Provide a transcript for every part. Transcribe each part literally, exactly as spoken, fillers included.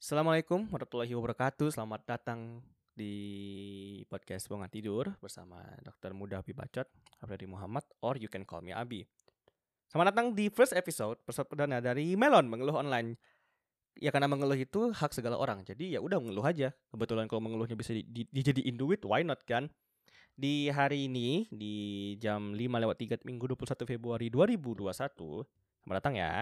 Assalamualaikum warahmatullahi wabarakatuh. Selamat datang di podcast Bonga Tidur bersama dokter Muda Abi Bacot, Abdi Muhammad, or you can call me Abi. Selamat datang di first episode, episode perdana dari Melon Mengeluh Online. Ya karena mengeluh itu hak segala orang, jadi ya udah mengeluh aja. Kebetulan kalau mengeluhnya bisa di, di, dijadiin duit, why not kan? Di hari ini, di jam lima lewat tiga Minggu dua puluh satu Februari dua ribu dua puluh satu, selamat datang ya.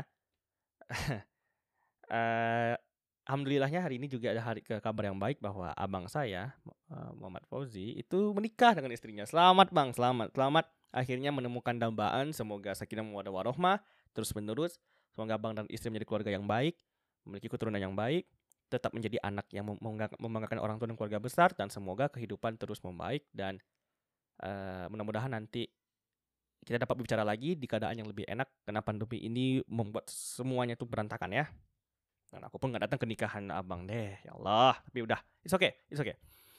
Eh, Alhamdulillahnya hari ini juga ada hari ke kabar yang baik bahwa abang saya, eh, Muhammad Fauzi, itu menikah dengan istrinya. Selamat bang, selamat, selamat. Akhirnya menemukan dambaan. Semoga sakinah mawaddah warahmah terus menerus. Semoga abang dan istri menjadi keluarga yang baik, memiliki keturunan yang baik, tetap menjadi anak yang membanggakan orang tua dan keluarga besar, dan semoga kehidupan terus membaik dan uh, mudah-mudahan nanti kita dapat bicara lagi di keadaan yang lebih enak karena pandemi ini membuat semuanya tuh berantakan ya. Dan aku pun gak datang ke nikahan abang deh, ya Allah. Tapi udah, it's okay, it's okay.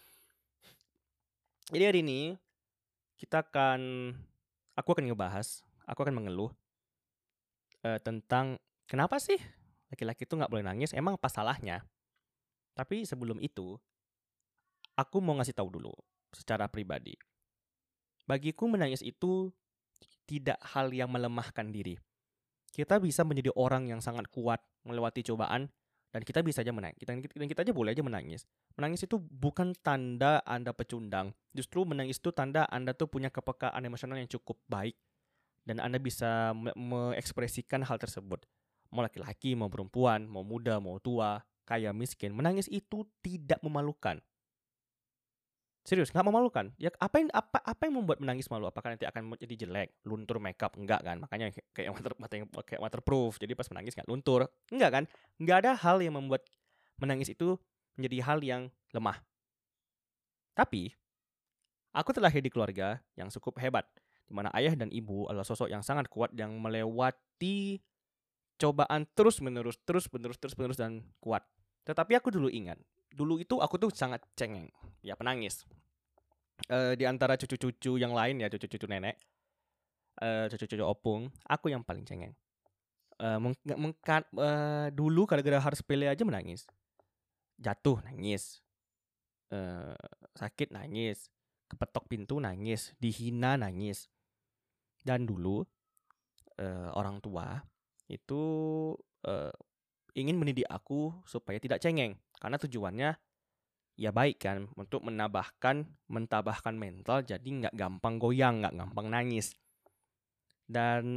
Jadi hari ini kita akan, aku akan ngebahas, aku akan mengeluh uh, tentang kenapa sih laki-laki itu gak boleh nangis, emang apa salahnya? Tapi sebelum itu, aku mau ngasih tahu dulu secara pribadi. Bagiku menangis itu tidak hal yang melemahkan diri. Kita bisa menjadi orang yang sangat kuat melewati cobaan dan kita bisa aja menangis. Kita, kita, kita aja boleh aja menangis. Menangis itu bukan tanda Anda pecundang. Justru menangis itu tanda Anda tuh punya kepekaan emosional yang cukup baik dan Anda bisa me- mengekspresikan hal tersebut. Mau laki-laki, mau perempuan, mau muda, mau tua, kaya, miskin, menangis itu tidak memalukan. Serius, nggak memalukan. Ya apa yang apa apa yang membuat menangis malu? Apakah nanti akan jadi jelek, luntur makeup? Enggak kan? Makanya kayak water, kayak waterproof. Jadi pas menangis nggak luntur. Enggak kan? Nggak ada hal yang membuat menangis itu menjadi hal yang lemah. Tapi aku terlahir di keluarga yang cukup hebat, di mana ayah dan ibu adalah sosok yang sangat kuat yang melewati cobaan terus menerus, terus menerus, terus menerus dan kuat. Tetapi aku dulu ingat, dulu itu aku tuh sangat cengeng, ya penangis. Uh, di antara cucu-cucu yang lain ya, cucu-cucu nenek, uh, cucu-cucu opung, aku yang paling cengeng. Uh, meng- meng- uh, dulu gara-gara harus sepele aja menangis, jatuh nangis, uh, sakit nangis, kepetok pintu nangis, dihina nangis. Dan dulu uh, orang tua itu uh, ingin mendidik aku supaya tidak cengeng, karena tujuannya ya baik kan, untuk menambahkan mentabahkan mental jadi nggak gampang goyang, nggak gampang nangis. Dan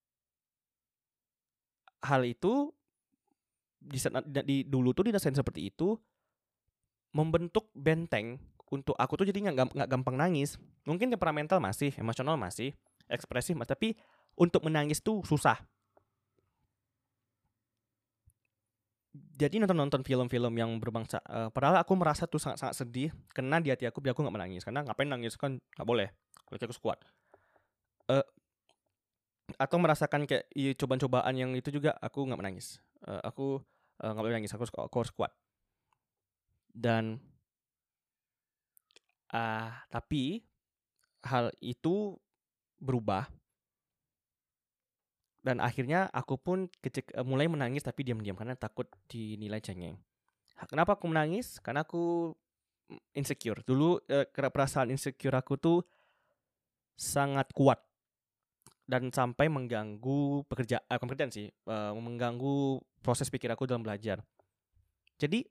hal itu di, di dulu tuh dirasain seperti itu membentuk benteng untuk aku tuh jadi nggak nggak gampang nangis. Mungkin temperamental masih, emosional masih, ekspresif masih, tapi untuk menangis tuh susah. Jadi nonton-nonton film-film yang berbangsa, uh, padahal aku merasa tuh sangat-sangat sedih, kena di hati aku biar aku nggak menangis, karena ngapain nangis kan nggak boleh, kalau aku kuat. Uh, atau merasakan kayak iya, cobaan-cobaan yang itu juga aku nggak menangis. Uh, aku nggak uh, boleh nangis, aku, aku harus kuat. Dan uh, tapi hal itu berubah dan akhirnya aku pun kecek, uh, mulai menangis tapi diam-diam karena takut dinilai cengeng. Kenapa aku menangis? Karena aku insecure. Dulu uh, perasaan insecure aku tuh sangat kuat dan sampai mengganggu pekerjaan, uh, pekerjaan sih, uh, mengganggu proses pikir aku dalam belajar. Jadi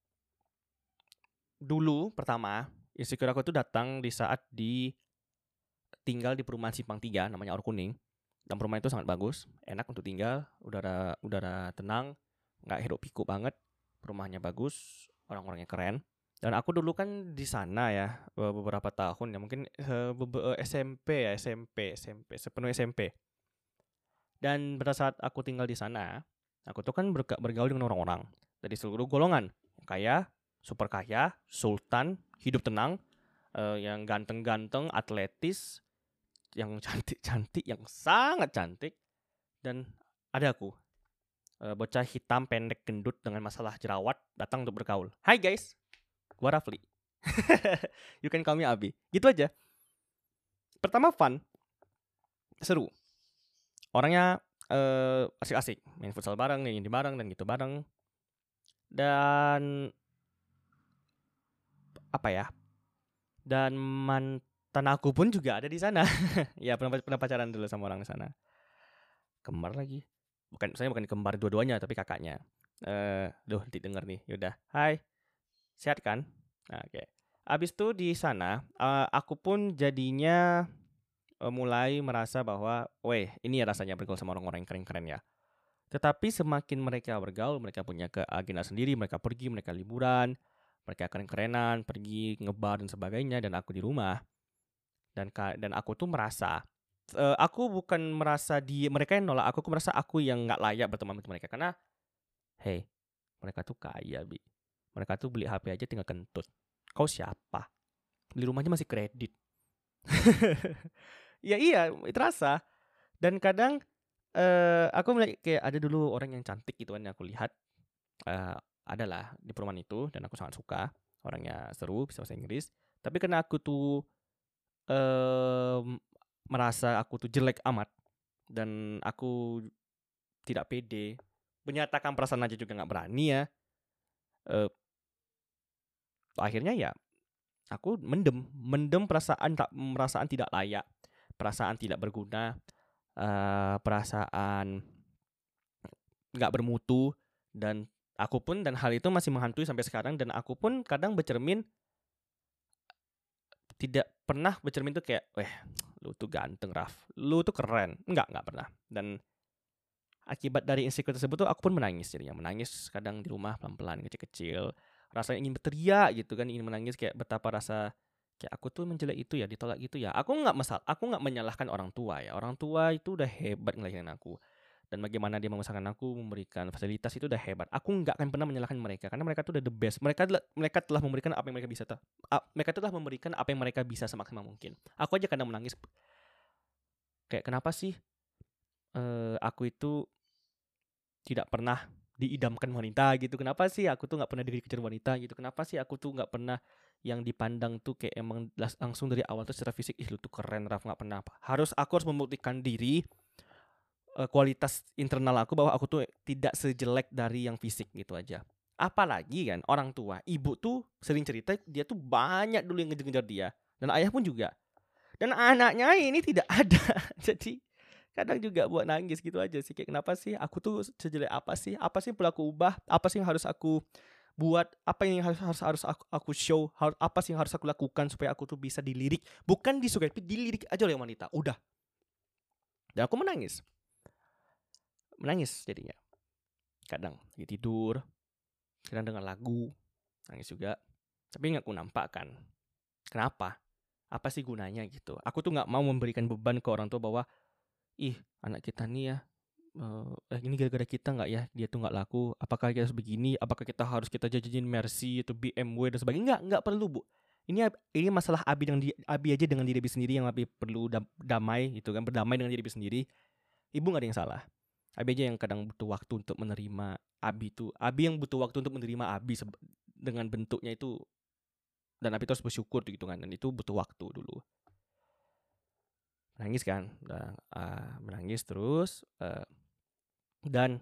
dulu pertama insecure aku tuh datang di saat di tinggal di perumahan Simpang tiga namanya Aur Kuning. Dan perumahan itu sangat bagus, enak untuk tinggal, udara udara tenang, nggak hiruk pikuk banget, rumahnya bagus, orang-orangnya keren. Dan aku dulu kan di sana ya beberapa tahun ya, mungkin uh, S M P ya, S M P, S M P, sepenuh S M P. Dan pada saat aku tinggal di sana, aku tuh kan bergaul dengan orang-orang dari seluruh golongan, kaya, super kaya, sultan, hidup tenang, uh, yang ganteng-ganteng, atletis, yang cantik-cantik, yang sangat cantik, dan ada aku, uh, bocah hitam pendek gendut dengan masalah jerawat datang untuk bergaul. Hai guys, gua Rafli. You can call me Abi. Gitu aja. Pertama fun, seru. Orangnya uh, asik-asik, main futsal bareng, ini bareng dan gitu bareng. Dan apa ya? Dan mantan aku pun juga ada di sana. Ya pernah pernah pacaran dulu sama orang di sana. Kembar lagi. Bukan, saya bukan kembar dua-duanya tapi kakaknya. Eh, duh, nanti denger nih. Yaudah. Hai. Sehat kan? Nah, oke. Abis itu di sana, eh, aku pun jadinya eh, mulai merasa bahwa, weh, ini ya rasanya bergaul sama orang-orang yang keren-keren ya. Tetapi semakin mereka bergaul, mereka punya ke agenda sendiri, mereka pergi, mereka liburan, mereka keren-kerenan, pergi ngebar dan sebagainya, dan aku di rumah. Dan ka- dan aku tuh merasa, eh, aku bukan merasa di mereka yang nolak aku, aku merasa aku yang nggak layak berteman dengan mereka karena, hey, mereka tuh kaya, bi. Mereka tuh beli H P aja tinggal kentut. Kau siapa? Beli rumahnya masih kredit. Ya iya, itu rasa. Dan kadang eh aku melihat kayak ada dulu orang yang cantik gitu kan yang aku lihat, eh adalah di perumahan itu dan aku sangat suka. Orangnya seru, bisa bahasa Inggris. Tapi karena aku tuh em, merasa aku tuh jelek amat dan aku tidak pede, menyatakan perasaan aja juga nggak berani ya. eh, Akhirnya ya aku mendem, mendem perasaan tak perasaan tidak layak, perasaan tidak berguna, eh perasaan nggak bermutu. Dan aku pun, dan hal itu masih menghantui sampai sekarang, dan aku pun kadang bercermin, tidak pernah bercermin tuh kayak, weh, lu tuh ganteng, Raf, lu tuh keren, nggak nggak pernah. Dan akibat dari insecure tersebut tuh aku pun menangis, jadinya menangis kadang di rumah pelan-pelan, kecil-kecil, rasanya ingin berteriak gitu kan, ingin menangis kayak betapa rasa kayak aku tuh menjelek itu ya, ditolak gitu ya. Aku nggak masal, aku nggak menyalahkan orang tua ya, orang tua itu udah hebat ngelahirin aku, dan bagaimana dia membesarkan aku, memberikan fasilitas, itu udah hebat. Aku nggak akan pernah menyalahkan mereka karena mereka tuh udah the best. Mereka telah, mereka telah memberikan apa yang mereka bisa. Tuh. Mereka telah memberikan apa yang mereka bisa semaksimal mungkin. Aku aja kadang menangis kayak kenapa sih eh, aku itu tidak pernah diidamkan wanita gitu. Kenapa sih aku tuh nggak pernah dikejar wanita gitu? Kenapa sih aku tuh nggak pernah yang dipandang tuh kayak emang langsung dari awal tuh secara fisik, ih lu tuh keren, Raf, nggak pernah apa. Harus aku harus membuktikan diri, uh, kualitas internal aku bahwa aku tuh tidak sejelek dari yang fisik gitu aja. Apalagi kan orang tua, ibu tuh sering cerita dia tuh banyak dulu yang ngejar-ngejar dia, dan ayah pun juga. Dan anaknya ini tidak ada. Jadi kadang juga buat nangis gitu aja sih, kayak kenapa sih aku tuh sejelek apa sih? Apa sih yang perlu aku ubah? Apa sih yang harus aku buat? Apa yang harus harus harus aku, aku show? Harus, apa sih yang harus aku lakukan supaya aku tuh bisa dilirik? Bukan disukai, tapi dilirik aja oleh wanita. Udah. Dan aku menangis. Menangis jadinya. Kadang lagi tidur, kadang dengar lagu, nangis juga. Tapi nggak aku nampakkan. Kenapa? Apa sih gunanya gitu? Aku tuh nggak mau memberikan beban ke orang tua bahwa, ih, anak kita nih ya, eh ini gara-gara kita nggak ya, dia tuh nggak laku. Apakah kita harus begini? Apakah kita harus kita jajanin Mercy atau B M W dan sebagainya? Nggak, nggak perlu, Bu. Ini ini masalah Abi dengan di, Abi aja dengan diri Abi sendiri, yang Abi perlu damai gitu kan, berdamai dengan diri Abi sendiri. Ibu nggak ada yang salah. Abi aja yang kadang butuh waktu untuk menerima Abi tuh. Abi yang butuh waktu untuk menerima Abi dengan bentuknya itu, dan Abi terus bersyukur gitu kan, dan itu butuh waktu dulu. Menangis kan, udah uh, menangis terus, uh, dan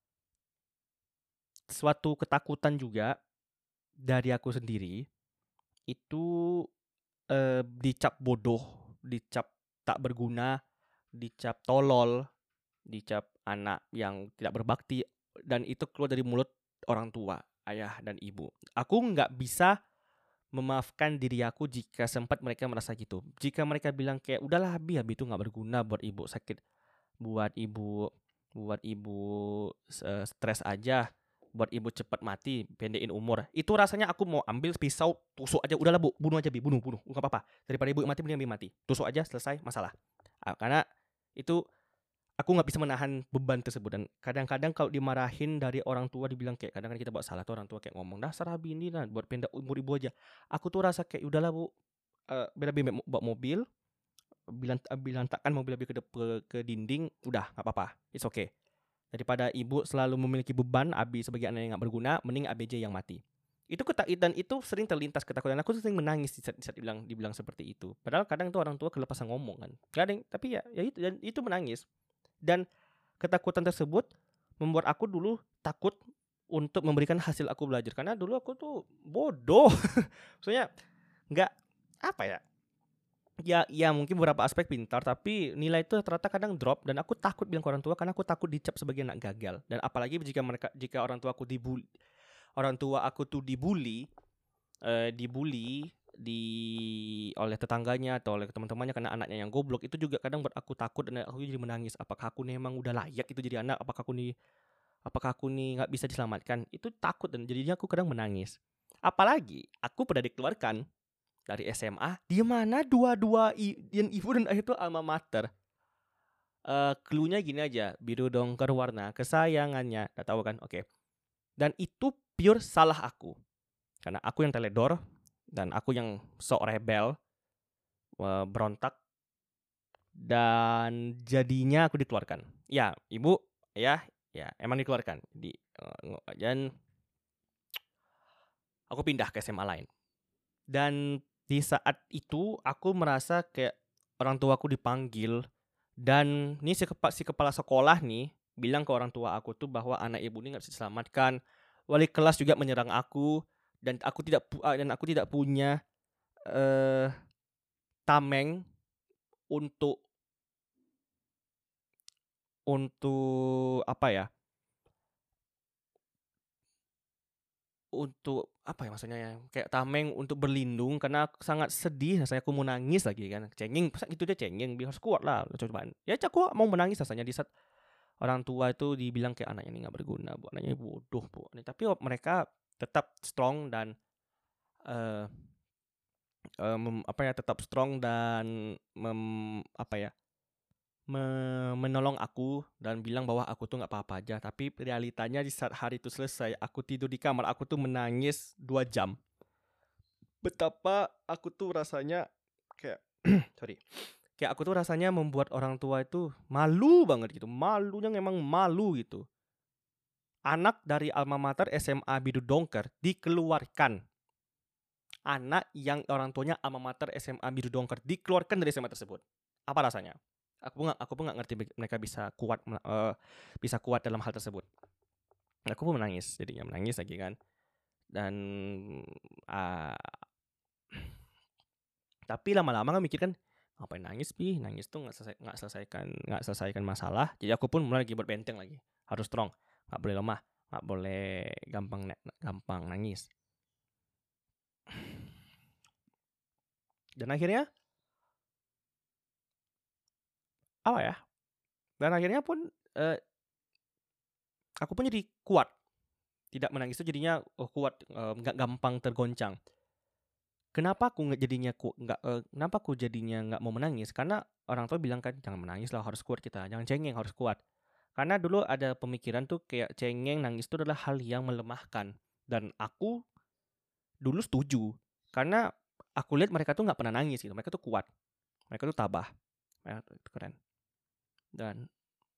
suatu ketakutan juga dari aku sendiri itu, uh, dicap bodoh, dicap tak berguna, dicap tolol, dicap anak yang tidak berbakti, dan itu keluar dari mulut orang tua, ayah dan ibu. Aku nggak bisa memaafkan diri aku jika sempat mereka merasa gitu. Jika mereka bilang kayak udahlah Abi, Abi itu nggak berguna buat ibu sakit, buat ibu, buat ibu uh, stres aja, buat ibu cepat mati, pendekin umur. Itu rasanya aku mau ambil pisau, tusuk aja, udahlah Bu, bunuh aja Bi, bunuh, bunuh, nggak apa-apa. Daripada ibu mati, mending Abi mati. Tusuk aja, selesai masalah. Ah, karena itu aku nggak bisa menahan beban tersebut. Dan kadang-kadang kalau dimarahin dari orang tua, dibilang kayak kadang kadang kita buat salah tuh orang tua kayak ngomong dasar Abi ini lah buat pendek umur ibu aja. Aku tuh rasa kayak udahlah Bu, uh, biar Abi bawa mobil, bilang bilang takkan mobil Abi ke, ke ke dinding, udah nggak apa-apa, it's okay. Daripada ibu selalu memiliki beban Abi sebagai anak yang nggak berguna, mending Abi aja yang mati. Itu ketakutan, itu sering terlintas ketakutan aku, sering menangis di saat, di saat dibilang dibilang seperti itu. Padahal kadang tuh orang tua kelepasan ngomong kan, kadang, tapi ya ya itu, dan itu menangis. Dan ketakutan tersebut membuat aku dulu takut untuk memberikan hasil aku belajar. Karena dulu aku tuh bodoh. Maksudnya nggak, apa ya, ya ya mungkin beberapa aspek pintar, tapi nilai itu ternyata kadang drop dan aku takut bilang ke orang tua karena aku takut dicap sebagai anak gagal. Dan apalagi jika mereka jika orang tua aku dibully, orang tua aku tuh dibully, eee, dibully di oleh tetangganya atau oleh teman-temannya karena anaknya yang goblok, itu juga kadang buat aku takut dan aku jadi menangis. Apakah aku nih emang udah layak itu jadi anak? Apakah aku nih apakah aku nih nggak bisa diselamatkan? Itu takut dan jadinya aku kadang menangis. Apalagi aku pernah dikeluarkan dari S M A, di mana dua-dua i dan ibu dan ayah itu alma mater. Eee, clue-nya gini aja, biru dongker warna kesayangannya, nggak tahu kan? Oke. Dan itu pure salah aku, karena aku yang teledor dan aku yang sok rebel, eee, berontak, dan jadinya aku dikeluarkan. Ya, ibu, ayah, ya emang dikeluarkan. Di eee, ngo dan aku pindah ke S M A lain. Dan di saat itu aku merasa kayak orang tuaku dipanggil dan nih si kepa si kepala sekolah nih bilang ke orang tua aku tuh bahwa anak ibu ini nggak bisa diselamatkan. Wali kelas juga menyerang aku dan aku tidak pu eee, dan aku tidak punya, eee, tameng untuk untuk apa ya, untuk apa ya maksudnya ya, kayak tameng untuk berlindung karena aku sangat sedih rasanya, aku mau nangis lagi kan, cengeng, masa gitu dia cengeng, dia harus kuat lah cobaan. Ya aku mau menangis rasanya di saat orang tua itu dibilang kayak anaknya ini nggak berguna, Bu, anaknya bodoh, Bu. Tapi mereka tetap strong dan eee eee, mem apa ya, tetap strong dan mem apa ya, me menolong aku dan bilang bahwa aku tuh nggak apa-apa aja. Tapi realitanya di saat hari itu selesai, aku tidur di kamar, aku tuh menangis dua jam. Betapa aku tuh rasanya kayak sorry, kayak aku tuh rasanya membuat orang tua itu malu banget gitu, malunya memang malu gitu. Anak dari alma mater S M A Bidu Dongker dikeluarkan. Anak yang orang tuanya alma mater S M A Bidu Dongker dikeluarkan dari S M A tersebut. Apa rasanya? Aku nggak aku pun nggak ngerti mereka bisa kuat uh, bisa kuat dalam hal tersebut. Aku pun menangis, jadinya menangis lagi kan. Dan uh, tapi lama-lama kan mikir kan, ngapain nangis pi, nangis tuh nggak selesai nggak selesaikan nggak selesaikan masalah. Jadi aku pun mulai lagi buat benteng lagi, harus strong, nggak boleh lemah, nggak boleh gampang gampang nangis. Dan akhirnya apa ya? Dan akhirnya pun uh, aku pun jadi kuat. Tidak menangis itu jadinya oh, kuat, nggak uh, gampang tergoncang. Kenapa aku nggak jadinya ku nggak uh, kenapa aku jadinya nggak mau menangis? Karena orang tua bilang kan jangan menangis lah, harus kuat kita, jangan cengeng, harus kuat. Karena dulu ada pemikiran tuh kayak cengeng, nangis itu adalah hal yang melemahkan. Dan aku dulu setuju karena aku lihat mereka tuh nggak pernah nangis gitu, mereka tuh kuat, mereka tuh tabah, ya, itu keren. Dan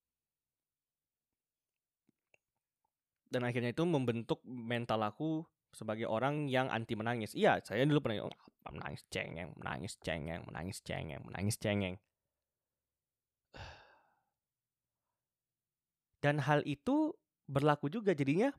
dan akhirnya itu membentuk mental aku sebagai orang yang anti menangis. Iya, saya dulu pernah oh, menangis cengeng, menangis cengeng, menangis cengeng, menangis cengeng. Dan hal itu berlaku juga jadinya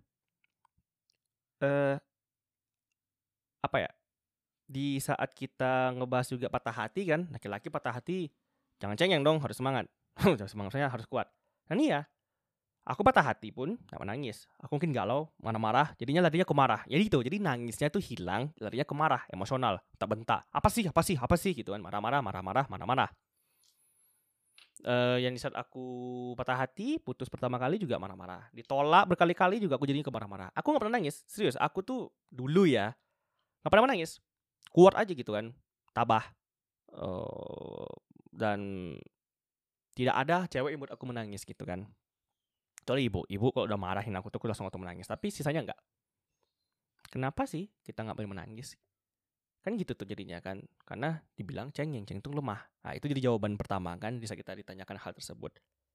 eh apa ya? Di saat kita ngebahas juga patah hati kan, laki-laki patah hati jangan cengeng dong, harus semangat. Harus semangat, saya harus kuat. Dan iya, aku patah hati pun gak menangis. Aku mungkin galau, marah-marah, jadinya larinya ke marah. Jadi gitu, jadi nangisnya tuh hilang, larinya ke marah, emosional, tak bentak. Apa sih, apa sih, apa sih gitu kan, marah-marah, marah-marah, marah-marah. Uh, yang di saat aku patah hati, putus pertama kali juga marah-marah. Ditolak berkali-kali juga aku jadinya ke marah-marah. Aku gak pernah nangis, serius. Aku tuh dulu ya, gak pernah menangis. Kuat aja gitu kan, tabah. Uh, dan tidak ada cewek yang buat aku menangis gitu kan. Kecuali ibu, ibu kalau udah marahin aku tuh aku langsung auto menangis. Tapi sisanya enggak. Kenapa sih kita nggak boleh menangis? Kan gitu tuh jadinya kan. Karena dibilang cengeng, cengeng itu lemah. Nah itu jadi jawaban pertama kan bisa kita ditanyakan hal tersebut.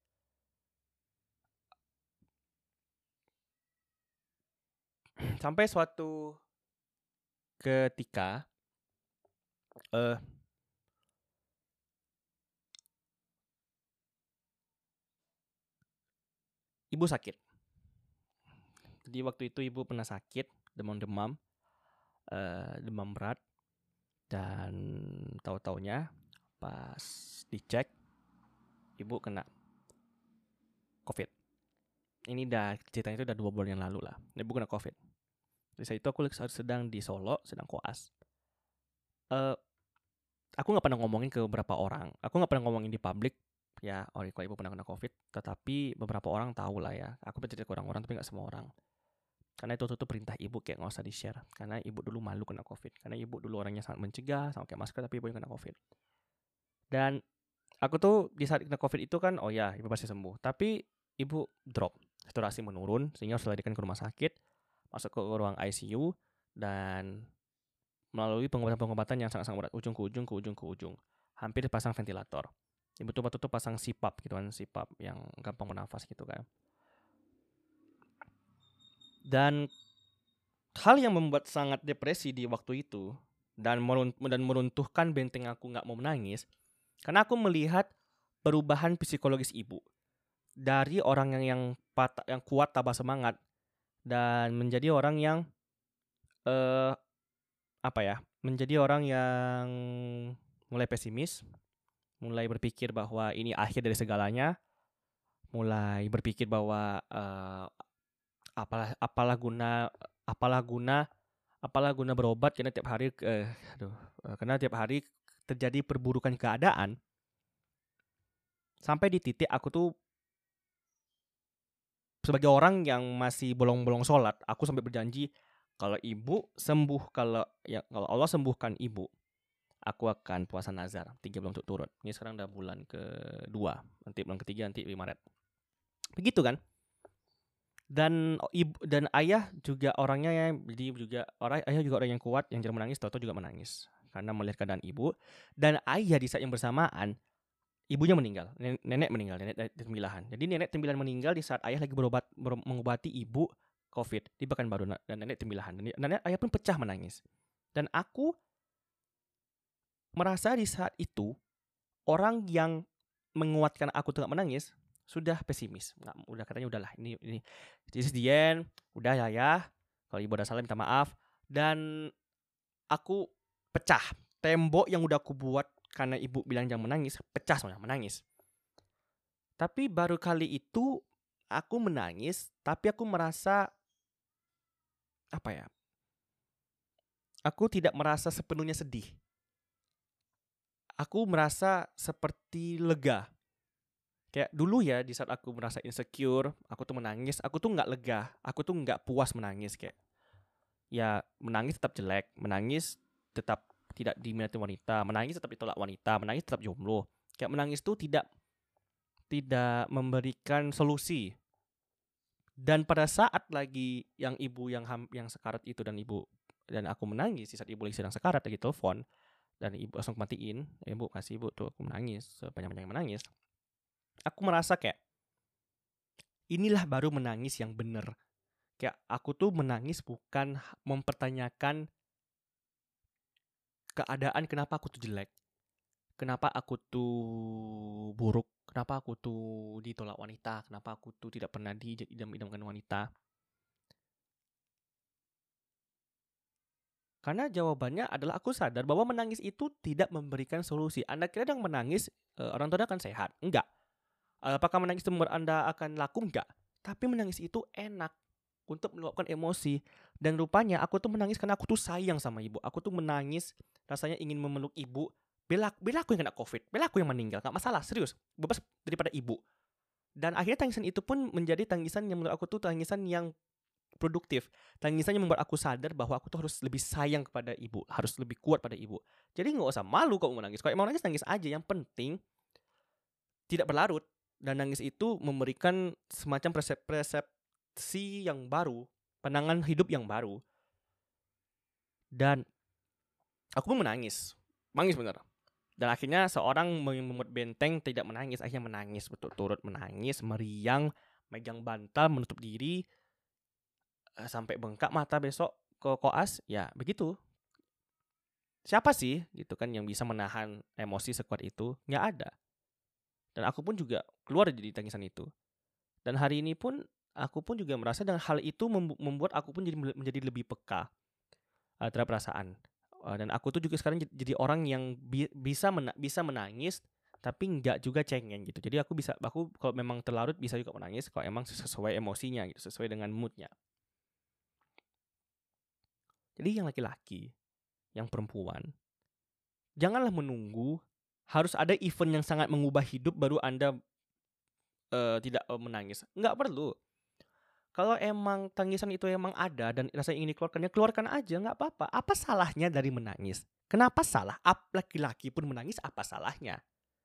Sampai suatu ketika eh uh, ibu sakit. Jadi waktu itu ibu pernah sakit, demam-demam, uh, demam berat, dan tahu-taunya pas dicek ibu kena COVID. Ini dah ceritanya itu udah dua bulan yang lalu lah. Ibu kena COVID. Di saat itu aku sedang di Solo, sedang koas. Uh, aku nggak pernah ngomongin ke beberapa orang. Aku nggak pernah ngomongin di publik. Ya, oh kalau ibu pernah kena COVID. Tetapi beberapa orang tahu lah ya. Aku bercerita ke orang-orang, tapi nggak semua orang. Karena itu tuh perintah ibu kayak nggak usah di-share. Karena ibu dulu malu kena COVID. Karena ibu dulu orangnya sangat mencegah, sama kayak masker, tapi ibu yang kena COVID. Dan aku tuh di saat kena COVID itu kan, oh ya, ibu pasti sembuh. Tapi ibu drop, saturasi menurun, sehingga harus dilarikan ke rumah sakit, masuk ke ruang I C U, dan melalui pengobatan-pengobatan yang sangat-sangat berat, ujung ke ujung, ke ujung ke ujung. Hampir dipasang ventilator. Ibu tuh waktu itu pasang C PAP gitu kan, C PAP yang gampang bernafas gitu kan. Dan hal yang membuat sangat depresi di waktu itu, dan dan meruntuhkan benteng aku gak mau menangis, karena aku melihat perubahan psikologis ibu. Dari orang yang yang, patah, yang kuat tambah semangat, dan menjadi orang yang uh, apa ya, menjadi orang yang mulai pesimis, mulai berpikir bahwa ini akhir dari segalanya, mulai berpikir bahwa uh, apalah apalah guna apalah guna apalah guna berobat karena tiap hari uh, aduh uh, karena tiap hari terjadi perburukan keadaan. Sampai di titik aku tuh sebagai orang yang masih bolong-bolong sholat, aku sampai berjanji kalau ibu sembuh, kalau ya kalau Allah sembuhkan ibu, aku akan puasa nazar tiga bulan untuk turut. Ini sekarang udah bulan kedua, nanti bulan ketiga nanti di Maret. Begitu kan? Dan ibu dan ayah juga orangnya ya, jadi juga orang ayah juga orang yang kuat, yang jarang menangis, tahu-tahu juga menangis karena melihat keadaan ibu. Dan ayah di saat yang bersamaan ibunya meninggal, nenek meninggal, nenek Tembilahan. Jadi nenek Tembilahan meninggal di saat ayah lagi berobat ber, mengobati ibu COVID di Pekanbaru, dan nenek Tembilahan. Dan nenek ayah pun pecah menangis. Dan aku merasa di saat itu orang yang menguatkan aku untuk menangis sudah pesimis. Nggak, udah katanya udahlah ini ini this is the end, udah ya ya. Kalau ibu udah salah minta maaf. Dan aku pecah. Tembok yang udah aku buat karena ibu bilang jangan menangis, pecah semuanya, menangis. Tapi baru kali itu aku menangis, tapi aku merasa apa ya? Aku tidak merasa sepenuhnya sedih. Aku merasa seperti lega. Kayak dulu ya, di saat aku merasa insecure, aku tuh menangis, aku tuh nggak lega, aku tuh nggak puas menangis. Kayak ya menangis tetap jelek, menangis tetap tidak diminati wanita, menangis tetap ditolak wanita, menangis tetap jomblo. Kayak menangis tuh tidak tidak memberikan solusi. Dan pada saat lagi yang ibu yang ham, yang sekarat itu dan ibu dan aku menangis, di saat ibu lagi sedang sekarat lagi telepon dan ibu langsung matiin, ibu kasih ibu tuh aku menangis, sebanyak-banyaknya menangis. Aku merasa kayak inilah baru menangis yang bener. Kayak aku tuh menangis bukan mempertanyakan keadaan kenapa aku tuh jelek, kenapa aku tuh buruk, kenapa aku tuh ditolak wanita, kenapa aku tuh tidak pernah diidam-idamkan wanita. Karena jawabannya adalah aku sadar bahwa menangis itu tidak memberikan solusi. Anda kira yang menangis orang tua akan sehat? Enggak. Apakah menangis itu membuat Anda akan laku? Enggak. Tapi menangis itu enak untuk meluapkan emosi. Dan rupanya aku tuh menangis karena aku tuh sayang sama ibu. Aku tuh menangis rasanya ingin memeluk ibu. Bela, bela aku yang kena COVID, bela aku yang meninggal, gak masalah, serius. Bebas daripada ibu. Dan akhirnya tangisan itu pun menjadi tangisan yang menurut aku tuh tangisan yang produktif. Tangisan yang membuat aku sadar bahwa aku tuh harus lebih sayang kepada ibu, harus lebih kuat pada ibu. Jadi gak usah malu kalau mau nangis. Kalau mau nangis, nangis aja. Yang penting tidak berlarut. Dan nangis itu memberikan semacam persepsi yang baru, pandangan hidup yang baru. Dan aku pun menangis, menangis bener. Dan akhirnya seorang membuat benteng tidak menangis, akhirnya menangis, betul turut menangis, meriang, megang bantal, menutup diri, sampai bengkak mata besok ke koas, ya begitu. Siapa sih gitu kan yang bisa menahan emosi sekuat itu? Nggak ada. Dan aku pun juga keluar dari tangisan itu. Dan hari ini pun aku pun juga merasa dengan hal itu membu membuat aku pun jadi menjadi lebih peka, eee, terhadap perasaan. Eee, dan aku tuh juga sekarang jad jadi orang yang bi bisa mena bisa menangis, tapi nggak juga cengeng gitu. Jadi aku bisa aku kalau memang terlarut bisa juga menangis kalau emang sesuai emosinya gitu, sesuai dengan mood-nya. Jadi yang laki-laki, yang perempuan, janganlah menunggu harus ada event yang sangat mengubah hidup baru Anda, eee, tidak, eee, menangis. Nggak perlu. Kalau emang tangisan itu emang ada dan rasa ingin dikeluarkan, ya keluarkan aja, nggak apa-apa. Apa salahnya dari menangis? Kenapa salah? Ap laki-laki pun menangis, apa salahnya?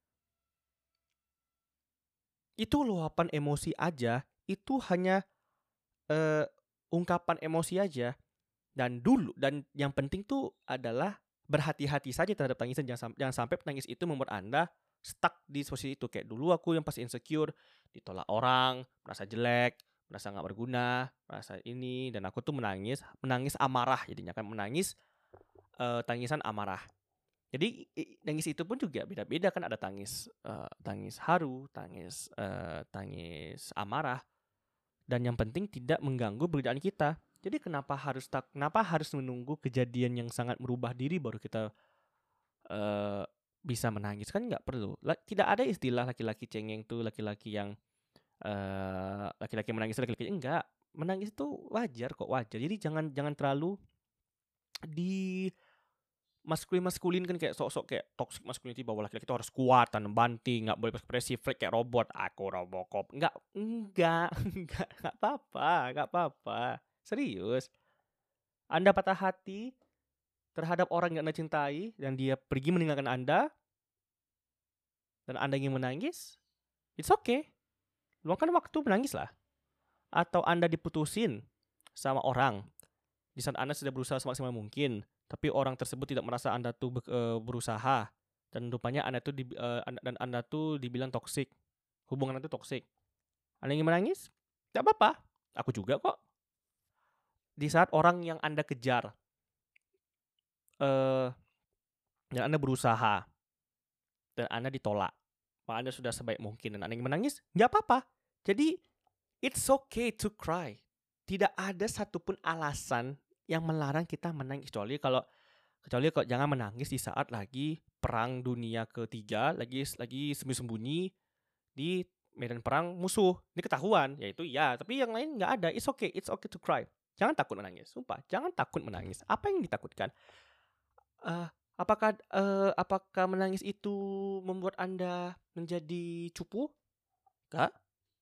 Itu luapan emosi aja, itu hanya, eee, ungkapan emosi aja. Dan dulu dan yang penting tuh adalah berhati-hati saja terhadap tangisan, jangan sam jangan sampai penangis itu membuat Anda stuck di posisi itu. Kayak dulu aku yang pas insecure, ditolak orang, merasa jelek, merasa nggak berguna, merasa ini, dan aku tuh menangis, menangis amarah jadinya kan, menangis, eee, tangisan amarah. Jadi i nangis itu pun juga beda-beda kan, ada tangis, eee, tangis haru, tangis, eee, tangis amarah, dan yang penting tidak mengganggu pekerjaan kita. Jadi kenapa harus tak kenapa harus menunggu kejadian yang sangat merubah diri baru kita, eee, bisa menangis, kan nggak perlu. La tidak ada istilah laki-laki cengeng tuh, laki-laki yang, eee, laki-laki menangis, laki-laki enggak. Menangis itu wajar kok, wajar. Jadi jangan jangan terlalu di maskulin-maskulinkan kayak sok-sok kayak toxic masculinity bahwa laki-laki itu harus kuat, tanam banting, nggak boleh ekspresif, kayak robot, "Aku Robocop." Enggak enggak enggak, nggak apa-apa nggak apa-apa. Serius. Anda patah hati terhadap orang yang Anda cintai dan dia pergi meninggalkan Anda dan Anda ingin menangis, it's okay. Luangkan waktu, menangislah. Atau Anda diputusin sama orang, di saat Anda sudah berusaha semaksimal mungkin, tapi orang tersebut tidak merasa Anda tuh bek eee, berusaha, dan rupanya Anda tuh dib eee, Anda dan Anda tuh dibilang toksik, hubungan Anda tuh toksik. Anda ingin menangis? Nggak apa-apa, aku juga kok. Di saat orang yang Anda kejar, eee, dan Anda berusaha, dan Anda ditolak, Anda sudah sebaik mungkin dan Anda ingin menangis, nggak apa-apa. Jadi, it's okay to cry. Tidak ada satupun alasan yang melarang kita menangis, kecuali kalau kecuali kalau jangan menangis di saat lagi perang dunia ketiga, lagi lagi sembunyi-sembunyi di medan perang musuh. Ini ketahuan, ya itu ya, tapi yang lain nggak ada. It's okay, it's okay to cry. Jangan takut menangis, sumpah, jangan takut menangis. Apa yang ditakutkan? Eee, apakah eee, apakah menangis itu membuat Anda menjadi cupu? Enggak.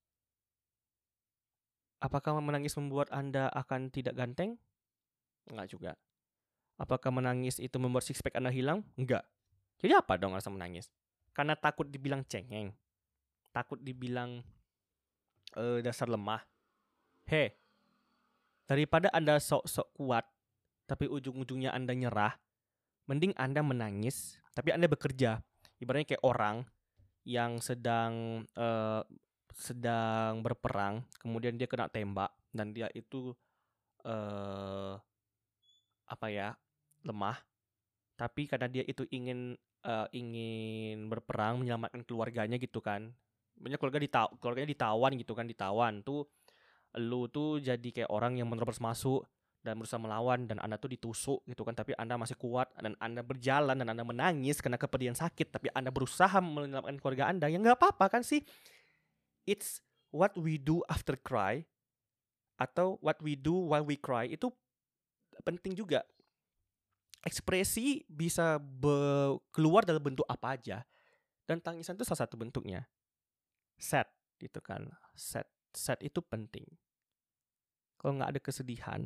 Apakah menangis membuat Anda akan tidak ganteng? Enggak juga. Apakah menangis itu membuat six pack Anda hilang? Enggak. Jadi apa dong alasan menangis? Karena takut dibilang cengeng? Takut dibilang, eee, dasar lemah? Hei, daripada Anda sok-sok kuat, tapi ujung-ujungnya Anda nyerah, mending Anda menangis, tapi Anda bekerja. Ibaratnya kayak orang yang sedang, eee, sedang berperang, kemudian dia kena tembak, dan dia itu, eee, apa ya, lemah, tapi karena dia itu ingin, eee, ingin berperang menyelamatkan keluarganya gitu kan. Banyak keluarga dita keluarganya ditawan gitu kan, ditawan tuh, elu tuh jadi kayak orang yang menerobos masuk dan berusaha melawan, dan Anda tuh ditusuk gitu kan, tapi Anda masih kuat dan Anda berjalan dan Anda menangis karena kepedihan sakit, tapi Anda berusaha menyelamatkan keluarga Anda, ya nggak apa-apa kan sih. It's what we do after cry atau what we do while we cry itu penting juga. Ekspresi bisa be keluar dalam bentuk apa aja, dan tangisan itu salah satu bentuknya. Sad gitu kan, sad sad itu penting. Kalau nggak ada kesedihan,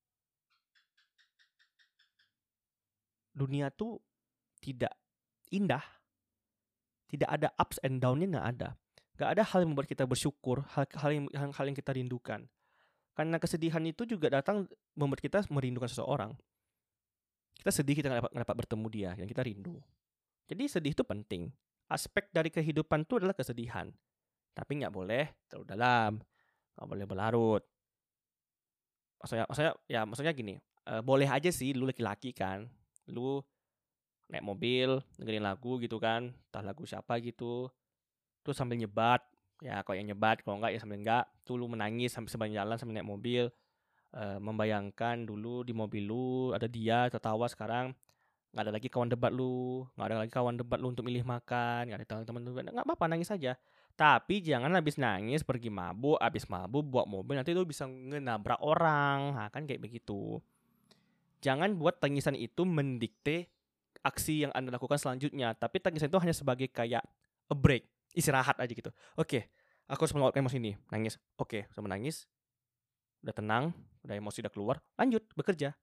dunia tuh tidak indah. Tidak ada ups and down-nya, nggak ada. Nggak ada hal yang membuat kita bersyukur, hal hal yang hal yang kita rindukan. Karena kesedihan itu juga datang membuat kita merindukan seseorang. Kita sedih, kita nggak dapat, nggak dapat bertemu dia, yang kita rindu. Jadi sedih itu penting. Aspek dari kehidupan itu adalah kesedihan. Tapi nggak boleh terlalu dalam, nggak boleh berlarut. Maksudnya, maksudnya ya maksudnya gini, uh, boleh aja sih lu laki-laki kan, lu naik mobil dengerin lagu gitu kan, entah lagu siapa gitu, terus sambil nyebat Ya kalau yang nyebat, kalau enggak ya sambil enggak, tuh lu menangis sampai sepanjang jalan sambil naik mobil, uh, membayangkan dulu di mobil lu ada dia tertawa, sekarang nggak ada lagi kawan debat lu, nggak ada lagi kawan debat lu untuk milih makan, nggak ada teman-teman lu, nggak apa-apa, nangis aja. Tapi jangan habis nangis pergi mabuk, habis mabuk buat mobil, nanti lu bisa ngenabrak orang, nah, kan kayak begitu. Jangan buat tangisan itu mendikte aksi yang Anda lakukan selanjutnya, tapi tangisan itu hanya sebagai kayak a break, istirahat aja gitu. Oke, aku harus mengeluarkan emosi ini, nangis. Oke, sama nangis, udah tenang, udah emosi udah keluar, lanjut bekerja.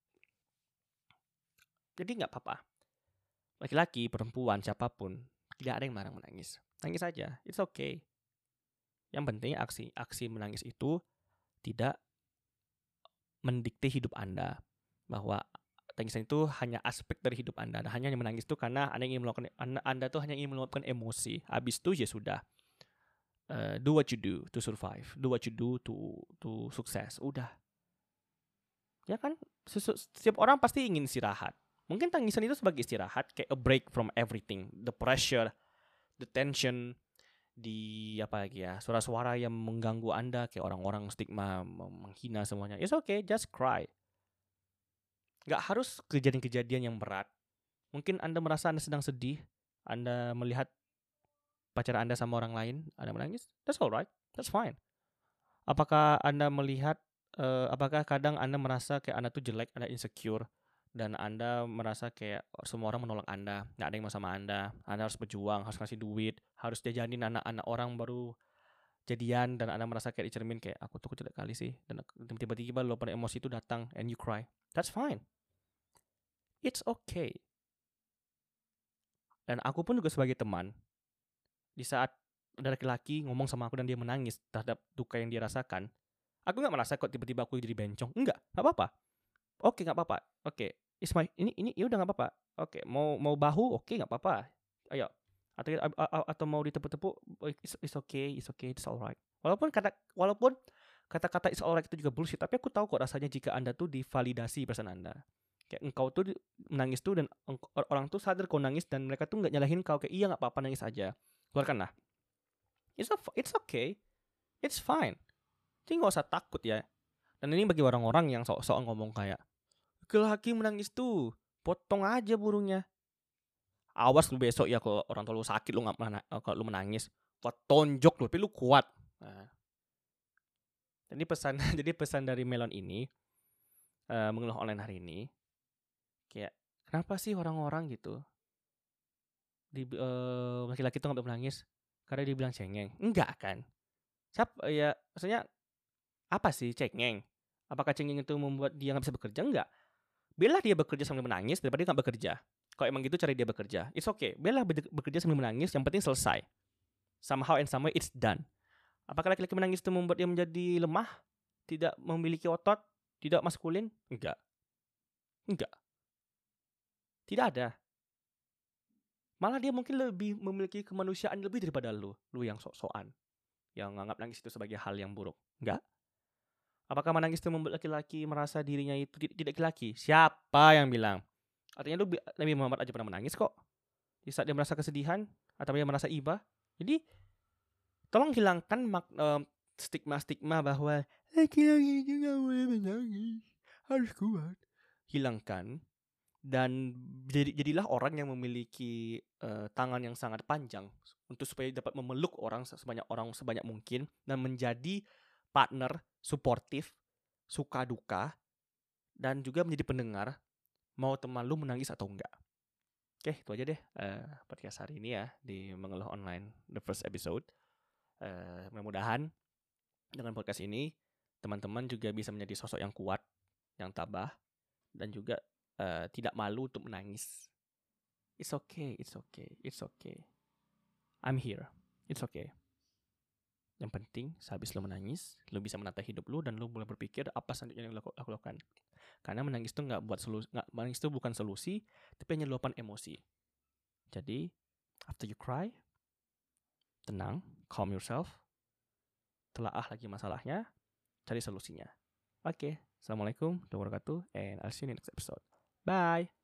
Jadi nggak apa-apa. Laki-laki, perempuan, siapapun, tidak ada yang marah menangis. Nangis aja, it's okay. Yang penting aksi aksi menangis itu tidak mendikte hidup Anda, bahwa tangisan itu hanya aspek dari hidup Anda. Anda hanya menangis itu karena Anda ingin melakukan Anda, anda tuh hanya ingin meluapkan emosi. Habis itu ya sudah. Uh, do what you do to survive. Do what you do to to sukses. Udah. Ya kan? Setiap orang pasti ingin istirahat. Mungkin tangisan itu sebagai istirahat, kayak a break from everything, the pressure, the tension, di apa lagi ya, suara-suara yang mengganggu Anda, kayak orang-orang stigma, menghina semuanya. It's okay, just cry. Gak harus kejadian-kejadian yang berat. Mungkin Anda merasa Anda sedang sedih, Anda melihat pacar Anda sama orang lain, Anda menangis, that's alright, that's fine. Apakah Anda melihat, uh, apakah kadang Anda merasa kayak Anda tuh jelek, Anda insecure, dan Anda merasa kayak semua orang menolak Anda, gak ada yang mau sama Anda, Anda harus berjuang, harus ngasih duit, harus diajanin anak-anak orang baru jadian, dan Anda merasa kayak dicermin kayak aku tuh jelek kali sih, dan tiba-tiba luapan emosi itu datang and you cry, that's fine, it's okay. Dan aku pun juga sebagai teman, di saat ada laki-laki ngomong sama aku dan dia menangis terhadap duka yang dia rasakan, aku gak merasa kok tiba-tiba aku jadi bencong, enggak, gak apa-apa. Oke, gak apa-apa. Oke, it's my, ini ini ya udah gak apa-apa. Oke, mau mau bahu, oke gak apa-apa. Ayo. Atau atau mau ditepuk-tepuk, it's, it's okay, it's okay, it's alright. Walaupun kata walaupun kata-kata it's alright itu juga bullshit, tapi aku tahu kok rasanya jika Anda tuh divalidasi perasaan Anda. Kayak engkau tuh menangis tuh dan orang tuh sadar kau nangis dan mereka tuh nggak nyalahin kau, kayak iya nggak apa-apa nangis aja, keluarkanlah. It's a, it's okay, it's fine. Jadi nggak usah takut ya. Dan ini bagi orang-orang yang sok-sok ngomong kayak laki menangis tuh potong aja burungnya. Awas lu besok ya kalau orang tua lu sakit lu nggak mana, kalau lu menangis, kau tonjok lu, tapi lu kuat. Nah. Jadi pesan jadi pesan dari Melon ini, uh, mengeluh online hari ini, kayak kenapa sih orang-orang gitu di uh, laki-laki tuh nggak boleh menangis karena dia bilang cengeng? Enggak kan? Siapa ya, maksudnya apa sih cengeng? Apakah cengeng itu membuat dia nggak bisa bekerja? Enggak. Biarlah dia bekerja sambil menangis daripada dia nggak bekerja. Kalau emang gitu cari dia bekerja, it's okay. Biarlah bekerja sambil menangis, yang penting selesai. Somehow and somewhere it's done. Apakah laki-laki menangis itu membuat dia menjadi lemah? Tidak memiliki otot? Tidak maskulin? Enggak. Enggak. Tidak ada. Malah dia mungkin lebih memiliki kemanusiaan lebih daripada lu. Lu yang sok-sokan, yang menganggap nangis itu sebagai hal yang buruk. Enggak. Apakah menangis itu membuat laki-laki merasa dirinya itu tidak laki-laki? Siapa yang bilang? Artinya lu Nabi Muhammad aja pernah menangis kok. Di saat dia merasa kesedihan atau dia merasa iba. Jadi tolong hilangkan mak, uh, stigma-stigma bahwa laki-laki itu gak boleh menangis, harus kuat. Hilangkan. Dan jadi, jadilah orang yang memiliki uh, tangan yang sangat panjang untuk supaya dapat memeluk orang sebanyak orang sebanyak mungkin dan menjadi partner suportif, suka duka, dan juga menjadi pendengar mau teman lu menangis atau enggak. Oke, itu aja deh uh, podcast hari ini ya di Mengeluh Online the first episode. Uh, mudah-mudahan dengan podcast ini teman-teman juga bisa menjadi sosok yang kuat, yang tabah, dan juga uh, tidak malu untuk menangis. It's okay, it's okay, it's okay. I'm here, it's okay. Yang penting sehabis lo menangis, lo bisa menata hidup lo dan lo boleh berpikir apa selanjutnya yang lo lakukan. Karena menangis itu nggak buat solusi, nggak, menangis itu bukan solusi, tapi hanya luapan emosi. Jadi after you cry, tenang, calm yourself, telaah lagi masalahnya, cari solusinya. Oke, okay. Assalamualaikum warahmatullahi wabarakatuh, and I'll see you in the next episode. Bye.